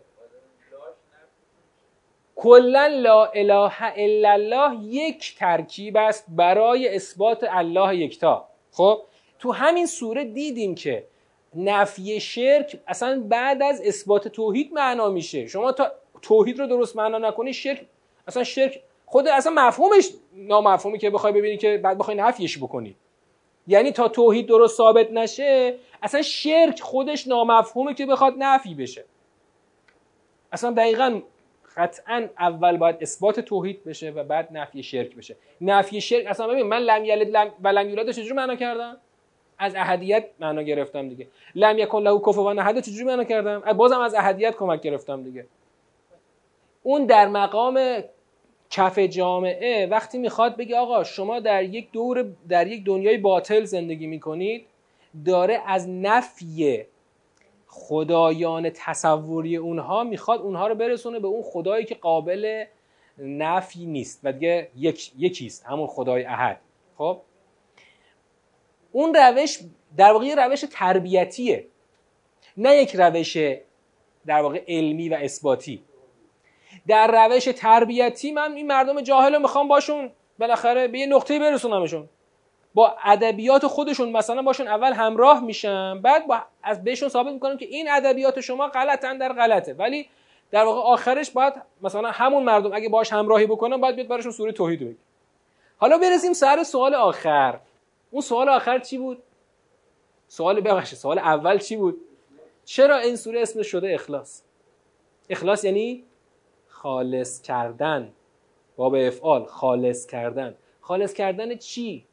کلا لا اله الا الله یک ترکیب است برای اثبات الله یکتا. خب تو همین سوره دیدیم که نفی شرک اصلا بعد از اثبات توحید معنا میشه. شما تا توحید رو درست معنا نکنی، شرک اصلا شرک خود اصلا مفهومش نامفهومی که بخوای ببینی که بعد بخوای نفیش بکنی. یعنی تا توحید درست ثابت نشه اصلا شرک خودش نامفهومه که بخواد نفی بشه. اصلا دقیقاً قطعاً اول باید اثبات توحید بشه و بعد نفی شرک بشه. نفی شرک اصلا ببین من لم یلد و لم یولد چجوری معنا کردم؟ از احدیت معنا گرفتم دیگه. لم یکن له کفوا احد چجوری معنا کردم؟ بازم از احدیت کمک گرفتم دیگه. اون در مقام کف جامعه وقتی میخواد بگه آقا شما در یک دنیای باطل زندگی میکنید، داره از نفی خدایان تصوری اونها میخواد اونها رو برسونه به اون خدایی که قابل نفی نیست و دیگه یکیست، همون خدای احد. خب اون روش در واقع روش تربیتیه، نه یک روش در واقع علمی و اثباتی. در روش تربیتی من این مردم جاهل رو میخوام باشون بالاخره به یه نقطه‌ای برسونمشون، با ادبیات خودشون مثلا باشون اول همراه میشم، بعد از بهشون ثابت میکنم که این ادبیات شما غلطن در غلطه، ولی در واقع آخرش باید مثلا همون مردم اگه باش همراهی بکنم باید بیاد براشون سوره توحید بگه. حالا برسیم سر سوال آخر. اون سوال آخر چی بود؟ سوال اول چی بود؟ چرا این سوره اسمش شده اخلاص؟ اخلاص یعنی خالص کردن، باب افعال، خالص کردن. خالص کردن چی؟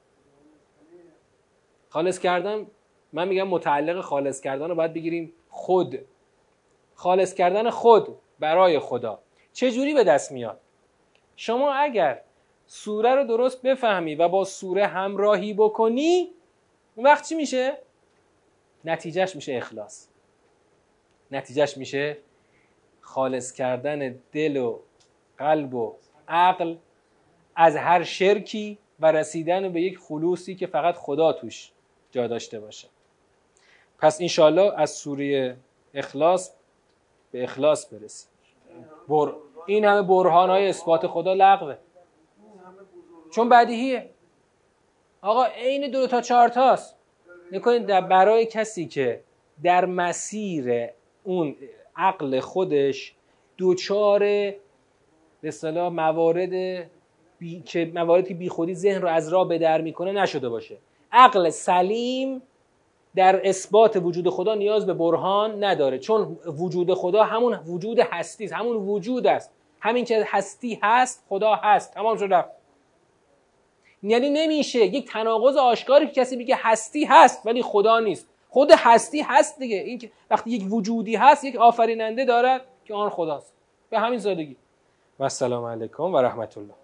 خالص کردن، من میگم متعلق خالص کردن رو باید بگیریم خود. خالص کردن خود برای خدا چه جوری به دست میاد؟ شما اگر سوره رو درست بفهمی و با سوره همراهی بکنی، اون وقت چی میشه؟ نتیجهش میشه اخلاص. نتیجهش میشه خالص کردن دل و قلب و عقل از هر شرکی و رسیدن به یک خلوصی که فقط خدا توش جا داشته باشه. پس انشالله از سوره اخلاص به اخلاص برسیم. این همه برهانهای اثبات خدا لغوه، چون بدیهیه. آقا عین 2 تا 4 تاست. نکنید برای کسی که در مسیر اون عقل خودش دوچار به اصطلاح مواردی که بی خودی ذهن رو از راه به در میکنه نشده باشه. عقل سلیم در اثبات وجود خدا نیاز به برهان نداره، چون وجود خدا همون وجود هستی است، همون وجود است. همین که هستی هست خدا هست، تمام شد. یعنی نمیشه یک تناقض آشکاری که کسی بگه هستی هست ولی خدا نیست. خود هستی هست دیگه. این که وقتی یک وجودی هست یک آفریننده دارد که آن خداست. به همین سادگی. و السلام علیکم و رحمت الله.